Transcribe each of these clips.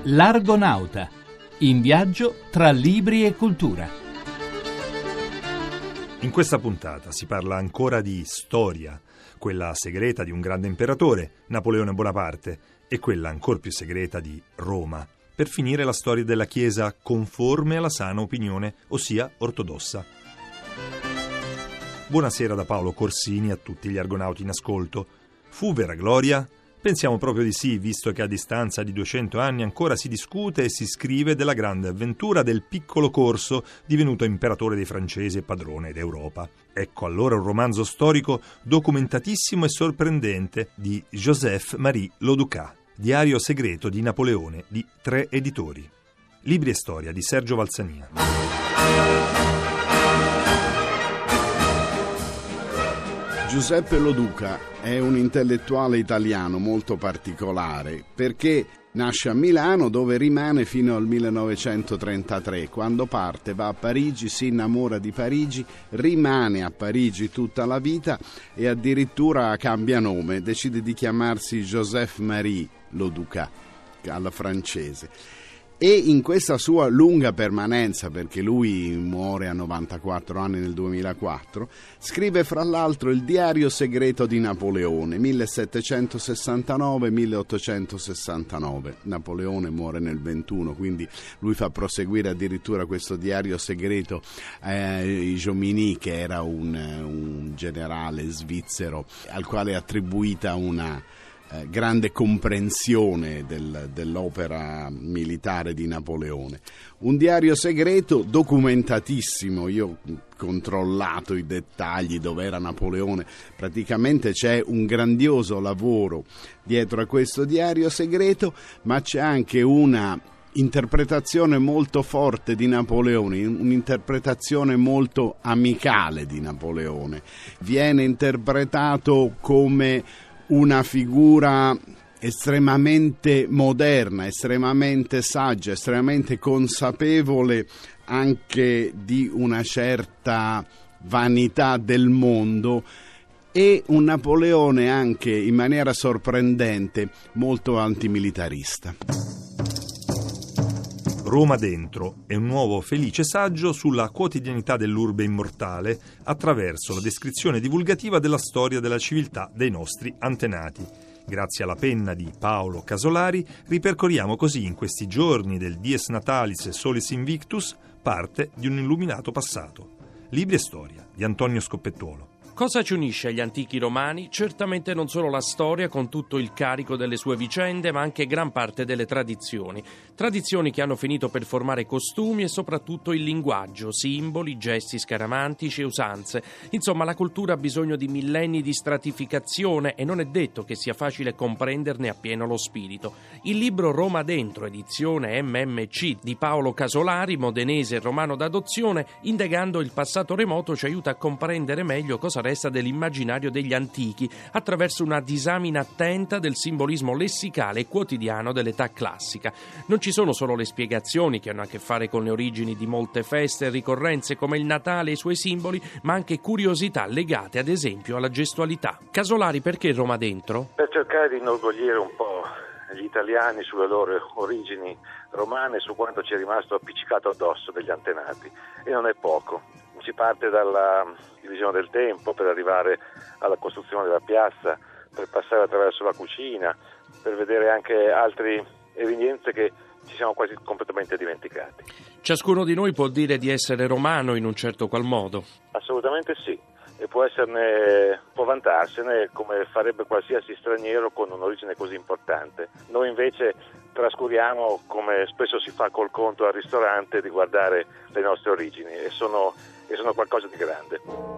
L'Argonauta, in viaggio tra libri e cultura. In questa puntata si parla ancora di storia, quella segreta di un grande imperatore, Napoleone Bonaparte, e quella ancor più segreta di Roma, per finire la storia della Chiesa conforme alla sana opinione, ossia ortodossa. Buonasera da Paolo Corsini a tutti gli argonauti in ascolto. Fu vera gloria? Pensiamo proprio di sì, visto che a distanza di 200 anni ancora si discute e si scrive della grande avventura del piccolo corso divenuto imperatore dei francesi e padrone d'Europa. Ecco allora un romanzo storico documentatissimo e sorprendente di Joseph-Marie Leducas, Diario segreto di Napoleone, di 3 editori. Libri e storia di Sergio Valsania. Giuseppe Leducas è un intellettuale italiano molto particolare perché nasce a Milano, dove rimane fino al 1933. Quando parte va a Parigi, si innamora di Parigi, rimane a Parigi tutta la vita e addirittura cambia nome, decide di chiamarsi Joseph-Marie Leducas alla francese. E in questa sua lunga permanenza, perché lui muore a 94 anni nel 2004, scrive fra l'altro il Diario segreto di Napoleone, 1769-1869. Napoleone muore nel 21, quindi lui fa proseguire addirittura questo diario segreto a Jomini, che era un generale svizzero al quale è attribuita una grande comprensione dell'opera militare di Napoleone. Un diario segreto documentatissimo, io ho controllato i dettagli dove era Napoleone, praticamente c'è un grandioso lavoro dietro a questo diario segreto, ma c'è anche una interpretazione molto forte di Napoleone, un'interpretazione molto amicale di Napoleone. Viene interpretato come una figura estremamente moderna, estremamente saggia, estremamente consapevole anche di una certa vanità del mondo, e un Napoleone anche in maniera sorprendente molto antimilitarista. Roma dentro è un nuovo felice saggio sulla quotidianità dell'urbe immortale attraverso la descrizione divulgativa della storia della civiltà dei nostri antenati. Grazie alla penna di Paolo Casolari ripercorriamo così in questi giorni del Dies Natalis e Solis Invictus parte di un illuminato passato. Libri e storia di Antonio Scoppettuolo. Cosa ci unisce agli antichi romani? Certamente non solo la storia con tutto il carico delle sue vicende, ma anche gran parte delle tradizioni. Tradizioni che hanno finito per formare costumi e soprattutto il linguaggio, simboli, gesti scaramantici e usanze. Insomma, la cultura ha bisogno di millenni di stratificazione e non è detto che sia facile comprenderne appieno lo spirito. Il libro Roma dentro, edizione MMC di Paolo Casolari, modenese e romano d'adozione, indagando il passato remoto, ci aiuta a comprendere meglio cosa resta dell'immaginario degli antichi attraverso una disamina attenta del simbolismo lessicale e quotidiano dell'età classica. Non ci sono solo le spiegazioni che hanno a che fare con le origini di molte feste e ricorrenze come il Natale e i suoi simboli, ma anche curiosità legate ad esempio alla gestualità. Casolari, perché Roma dentro? Per cercare di inorgoglire un po' gli italiani sulle loro origini romane, su quanto ci è rimasto appiccicato addosso degli antenati, e non è poco. Si parte dalla divisione del tempo per arrivare alla costruzione della piazza, per passare attraverso la cucina, per vedere anche altre evenienze che ci siamo quasi completamente dimenticati. Ciascuno di noi può dire di essere romano in un certo qual modo? Assolutamente sì, e può vantarsene come farebbe qualsiasi straniero con un'origine così importante. Noi invece trascuriamo, come spesso si fa col conto al ristorante, di guardare le nostre origini e sono qualcosa di grande.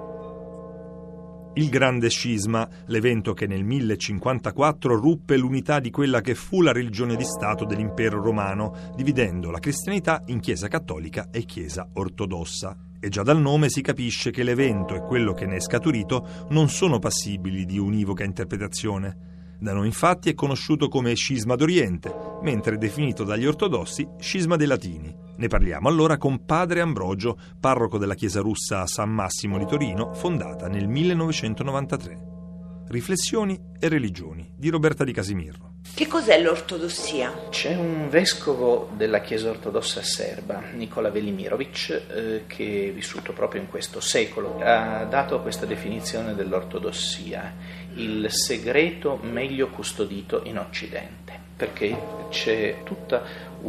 Il Grande Scisma, l'evento che nel 1054 ruppe l'unità di quella che fu la religione di Stato dell'impero romano, dividendo la cristianità in Chiesa cattolica e Chiesa ortodossa. E già dal nome si capisce che l'evento e quello che ne è scaturito non sono passibili di univoca interpretazione. Da noi infatti è conosciuto come Scisma d'Oriente, mentre è definito dagli ortodossi Scisma dei Latini. Ne parliamo allora con padre Ambrogio, parroco della chiesa russa a San Massimo di Torino, fondata nel 1993. Riflessioni e religioni di Roberta Di Casimirro. Che cos'è l'ortodossia? C'è un vescovo della Chiesa ortodossa serba, Nikola Velimirovic, che è vissuto proprio in questo secolo, ha dato questa definizione dell'ortodossia: il segreto meglio custodito in Occidente, perché c'è tutta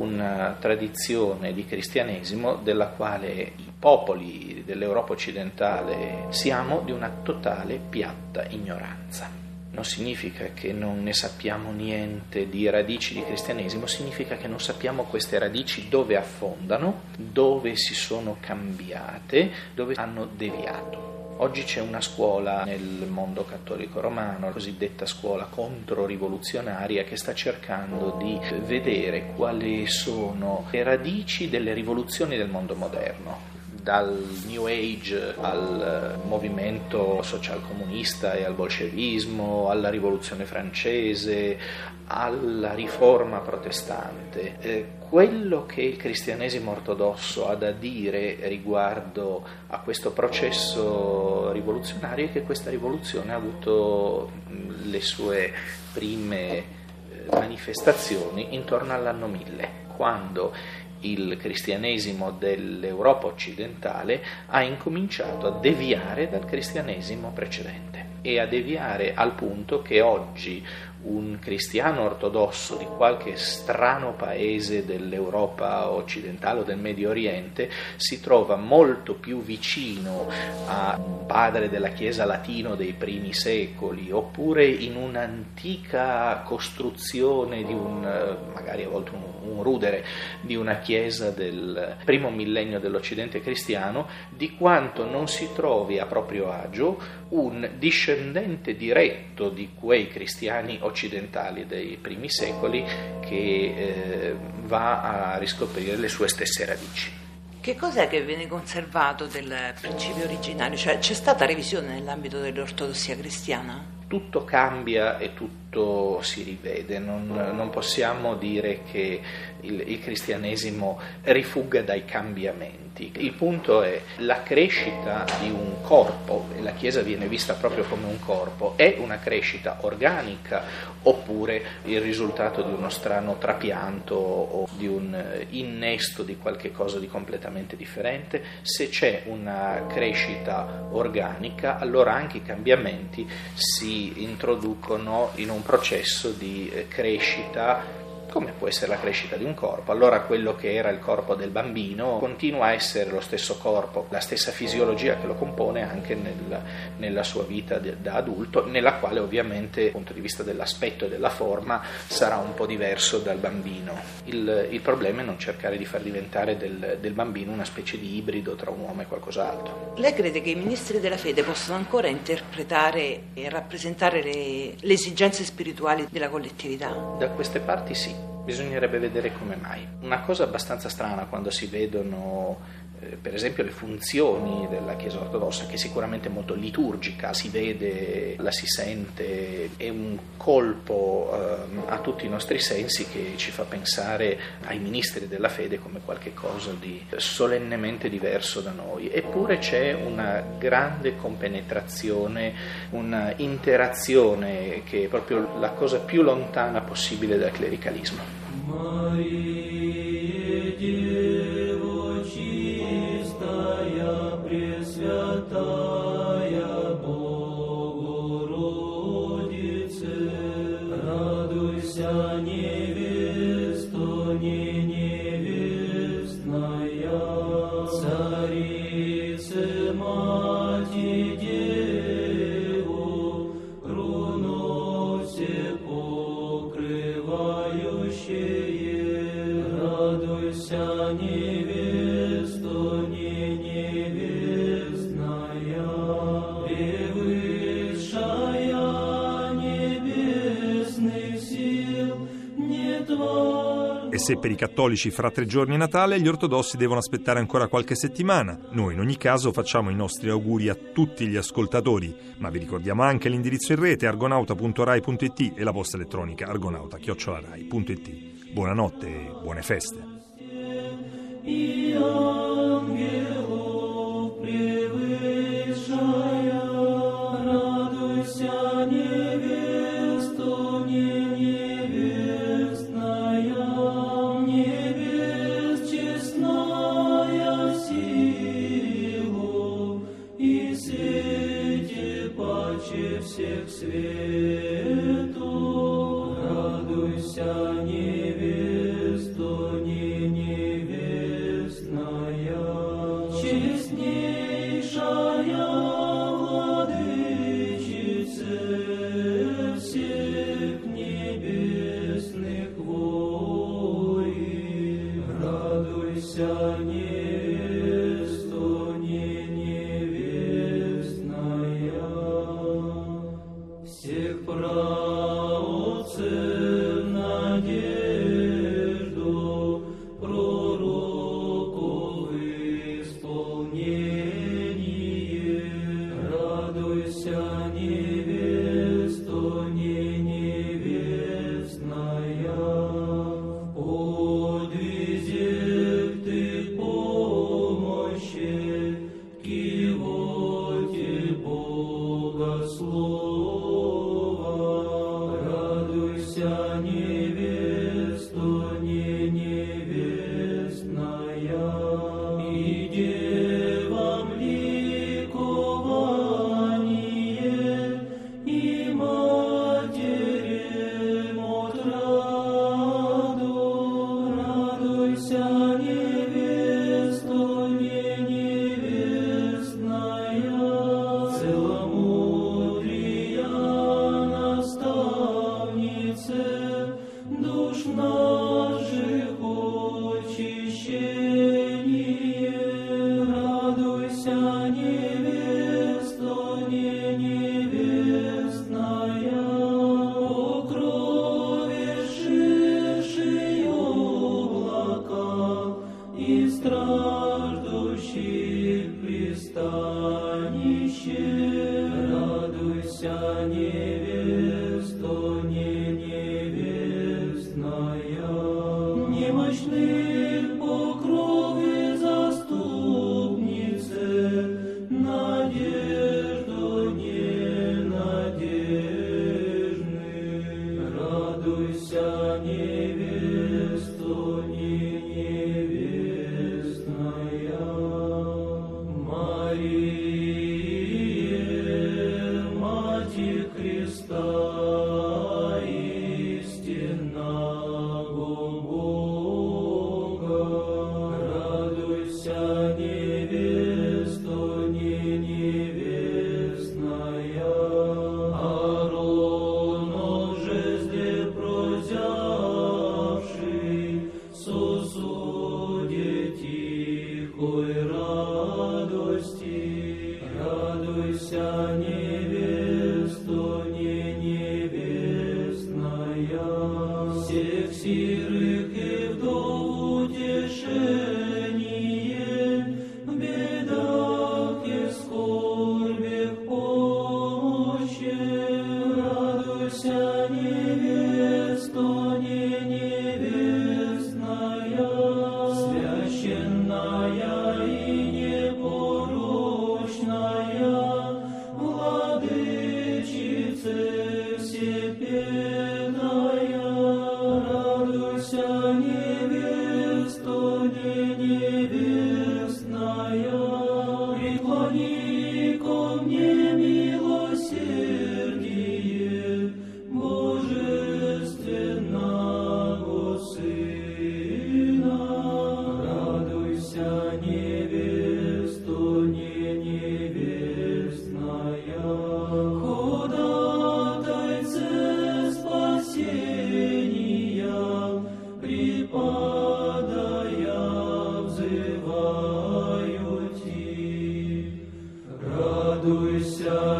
una tradizione di cristianesimo della quale i popoli dell'Europa occidentale siamo di una totale piatta ignoranza. Non significa che non ne sappiamo niente di radici di cristianesimo, significa che non sappiamo queste radici dove affondano, dove si sono cambiate, dove hanno deviato. Oggi c'è una scuola nel mondo cattolico romano, la cosiddetta scuola controrivoluzionaria, che sta cercando di vedere quali sono le radici delle rivoluzioni del mondo moderno. Dal New Age al movimento socialcomunista e al bolscevismo, alla rivoluzione francese, alla riforma protestante. Quello che il cristianesimo ortodosso ha da dire riguardo a questo processo rivoluzionario è che questa rivoluzione ha avuto le sue prime manifestazioni intorno all'anno 1000, quando il cristianesimo dell'Europa occidentale ha incominciato a deviare dal cristianesimo precedente e a deviare al punto che oggi un cristiano ortodosso di qualche strano paese dell'Europa occidentale o del Medio Oriente si trova molto più vicino a un padre della Chiesa latino dei primi secoli, oppure in un'antica costruzione di magari a volte un rudere di una chiesa del primo millennio dell'Occidente cristiano, di quanto non si trovi a proprio agio un discendente diretto di quei cristiani occidentali dei primi secoli che va a riscoprire le sue stesse radici. Che cos'è che viene conservato del principio originario? Cioè, c'è stata revisione nell'ambito dell'ortodossia cristiana? Tutto cambia e tutto si rivede, non possiamo dire che il cristianesimo rifugga dai cambiamenti. Il punto è la crescita di un corpo, e la Chiesa viene vista proprio come un corpo, è una crescita organica oppure il risultato di uno strano trapianto o di un innesto di qualche cosa di completamente differente? Se c'è una crescita organica, allora anche i cambiamenti si introducono in un processo di crescita, come può essere la crescita di un corpo. Allora quello che era il corpo del bambino continua a essere lo stesso corpo, la stessa fisiologia che lo compone anche nella sua vita da adulto, nella quale ovviamente dal punto di vista dell'aspetto e della forma sarà un po' diverso dal bambino. Il problema è non cercare di far diventare del bambino una specie di ibrido tra un uomo e qualcos'altro. Lei crede che i ministri della fede possano ancora interpretare e rappresentare le esigenze spirituali della collettività? Da queste parti sì. Bisognerebbe vedere come mai. Una cosa abbastanza strana quando si vedono per esempio le funzioni della Chiesa ortodossa, che è sicuramente molto liturgica, si vede, la si sente, è un colpo a tutti i nostri sensi che ci fa pensare ai ministri della fede come qualche cosa di solennemente diverso da noi. Eppure c'è una grande compenetrazione, una interazione che è proprio la cosa più lontana possibile dal clericalismo. Пресвятая Богородице, радуйся, невесто не невестная, царице мати Деву, руносе покрывающее, радуйся, невесто не E se per i cattolici fra 3 giorni è Natale, gli ortodossi devono aspettare ancora qualche settimana. Noi in ogni caso facciamo i nostri auguri a tutti gli ascoltatori, ma vi ricordiamo anche l'indirizzo in rete argonauta.rai.it e la posta elettronica argonauta@rai.it. Buonanotte e buone feste. Радуйся, невесто, не невестная. свете паче всех свету, радуйся, невесто, не невестная, честнейшая владычица всех небесных воинов, радуйся, невесто, не невестная, всех праотцев надежду, пророков исполнение, радуйся, невесто, не невестная, в подвизе ты помощи, кивоте Бога слова, радуйся, невесто, не невестная, и девам ликование, и матерям отраду, радуйся, невесто, не невестная, целомудрия наставнице, душ наших очищение, радуйся, невесто, не невестная, о крови шедшие облака и страждущих пристанище, радуйся, невесто, не невестная, немощных покровы заступнице, надежду ненадежных, радуйся, невесто, не невестная, Мария, Матерь Христа, истинного Бога, радуйся, невесто, не невестная, Ааронов жезле прозявший, сосуде тихой радости, радуйся, невесто, не невестная, всех сирых и вдов утешение, в бедах и скорбях помощи, радуйся, невесто, не невестная, священная и непорочная, владычице всепетная, радуйся, невесто, не невестная, преклони ко мне милосердие божественного Сына, радуйся, невесто, не невестная, ходатайце спасения, припадая взываю ти, радуйся,